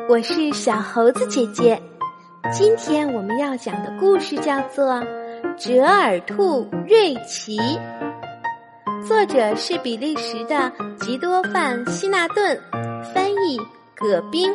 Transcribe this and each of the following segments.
我是小猴子姐姐。今天我们要讲的故事叫做《折耳兔瑞奇》，作者是比利时的吉多范希纳顿，翻译葛冰。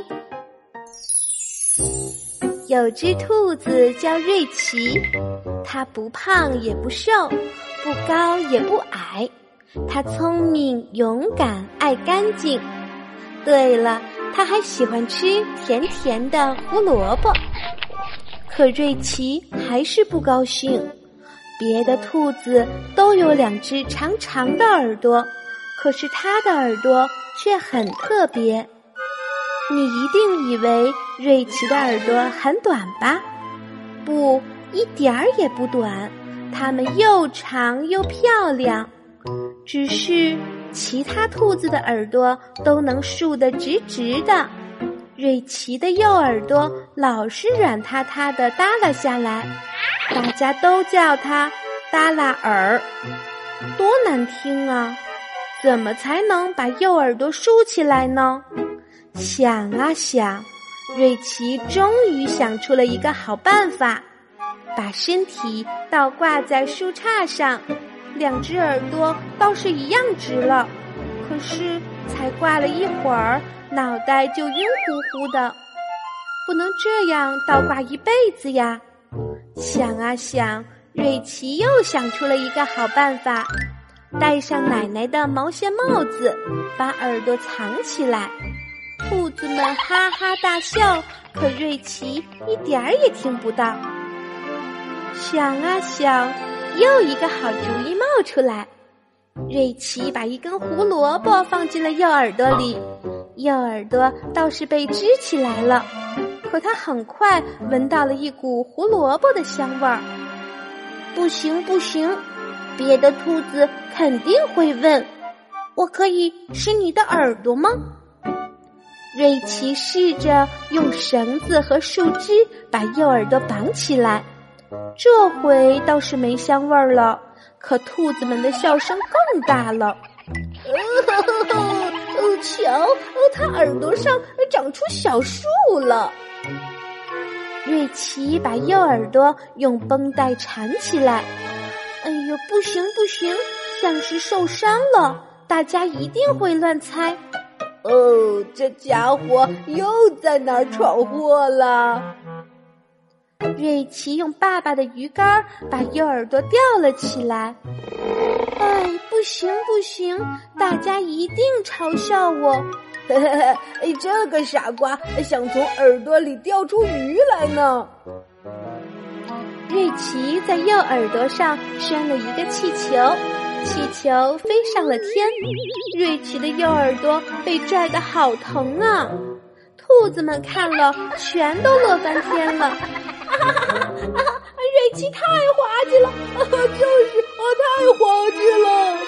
有只兔子叫瑞奇，它不胖也不瘦，不高也不矮，它聪明勇敢爱干净。对了，它还喜欢吃甜甜的胡萝卜。可瑞奇还是不高兴，别的兔子都有2只长长的耳朵，可是它的耳朵却很特别。你一定以为瑞奇的耳朵很短吧？不，一点儿也不短，它们又长又漂亮。只是其他兔子的耳朵都能竖得直直的，瑞奇的右耳朵老是软塌塌地耷拉下来，大家都叫它耷拉耳。多难听啊！怎么才能把右耳朵竖起来呢？想啊想，瑞奇终于想出了一个好办法，把身体倒挂在树杈上，2只耳朵倒是一样直了，可是才挂了一会儿，脑袋就晕乎乎的。不能这样倒挂一辈子呀！想啊想，瑞奇又想出了一个好办法，戴上奶奶的毛线帽子，把耳朵藏起来。兔子们哈哈大笑，可瑞奇一点儿也听不到。想啊想，又一个好主意冒出来。瑞奇把一根胡萝卜放进了右耳朵里，右耳朵倒是被支起来了，可他很快闻到了一股胡萝卜的香味儿。不行不行，别的兔子肯定会问，我可以吃你的耳朵吗？瑞奇试着用绳子和树枝把右耳朵绑起来，这回倒是没香味儿了，可兔子们的笑声更大了。瞧，它耳朵上长出小树了。瑞奇把右耳朵用绷带缠起来。哎呦，不行不行，像是受伤了，大家一定会乱猜。这家伙又在哪儿闯祸了？瑞奇用爸爸的鱼竿把右耳朵吊了起来。不行不行，大家一定嘲笑我。这个傻瓜想从耳朵里钓出鱼来呢。瑞奇在右耳朵上拴了一个气球，气球飞上了天，瑞奇的右耳朵被拽得好疼啊！兔子们看了全都乐翻天了。瑞奇太滑稽了，就是太滑稽了。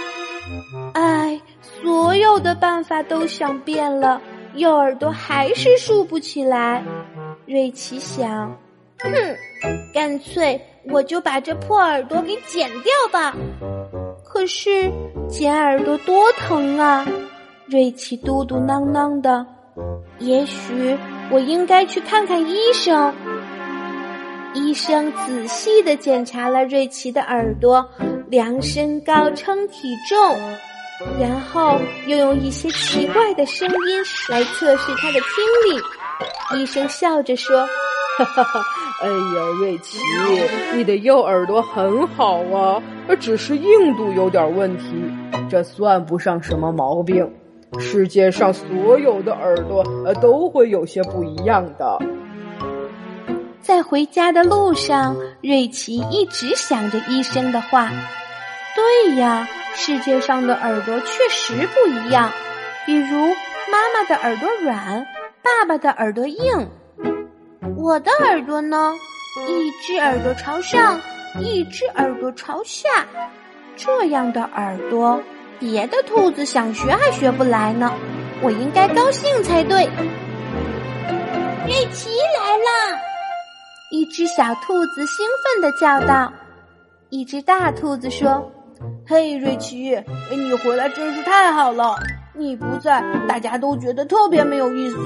所有的办法都想遍了，右耳朵还是竖不起来。瑞奇想，干脆我就把这破耳朵给剪掉吧。可是剪耳朵多疼啊！瑞奇嘟嘟囔囔的，也许我应该去看看医生。医生仔细地检查了瑞奇的耳朵，量身高称体重，然后又用一些奇怪的声音来测试他的听力。医生笑着说， 哎呀，瑞奇，你的右耳朵很好啊，只是硬度有点问题，这算不上什么毛病。世界上所有的耳朵都会有些不一样的。 在回家的路上，瑞奇一直想着医生的话。对呀，世界上的耳朵确实不一样，比如妈妈的耳朵软，爸爸的耳朵硬。我的耳朵呢？一只耳朵朝上，一只耳朵朝下。这样的耳朵，别的兔子想学还学不来呢。我应该高兴才对。瑞奇来了！一只小兔子兴奋地叫道。一只大兔子说，嘿，瑞奇，你回来真是太好了，你不在，大家都觉得特别没有意思。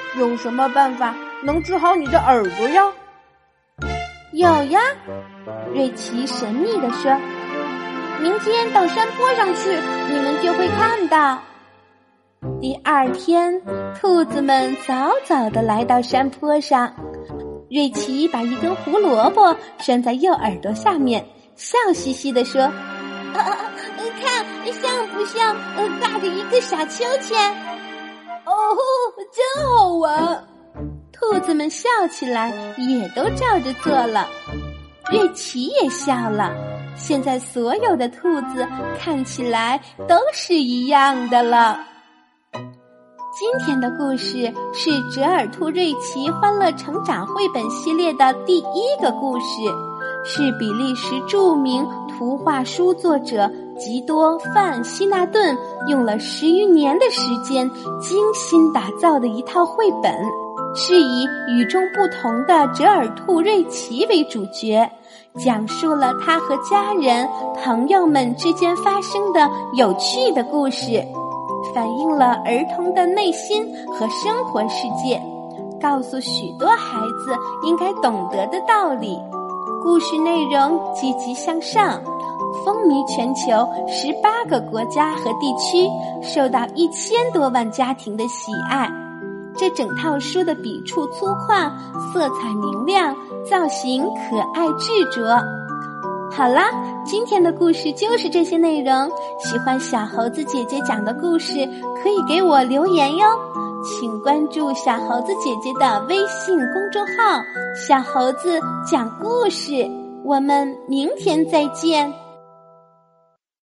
有什么办法能治好你的耳朵呀？ 有呀，瑞奇神秘地说，明天到山坡上去，你们就会看到。第二天，兔子们早早地来到山坡上，瑞奇把一根胡萝卜拴在右耳朵下面，笑嘻嘻地说，看像不像大的一个小秋千？哦，真好玩！兔子们笑起来，也都照着做了。瑞奇也笑了。现在所有的兔子看起来都是一样的了。今天的故事是折耳兔瑞奇欢乐成长绘本系列的第1个故事，是比利时著名图画书作者吉多·范希纳顿用了10余年的时间精心打造的一套绘本，是以与众不同的折耳兔瑞奇为主角，讲述了他和家人、朋友们之间发生的有趣的故事，反映了儿童的内心和生活世界，告诉许多孩子应该懂得的道理。故事内容积极向上，风靡全球18个国家和地区，受到1000多万家庭的喜爱。这整套书的笔触粗犷，色彩明亮，造型可爱智着。好啦，今天的故事就是这些内容。喜欢小猴子姐姐讲的故事，可以给我留言哟。请关注小猴子姐姐的微信公众号“小猴子讲故事”。我们明天再见。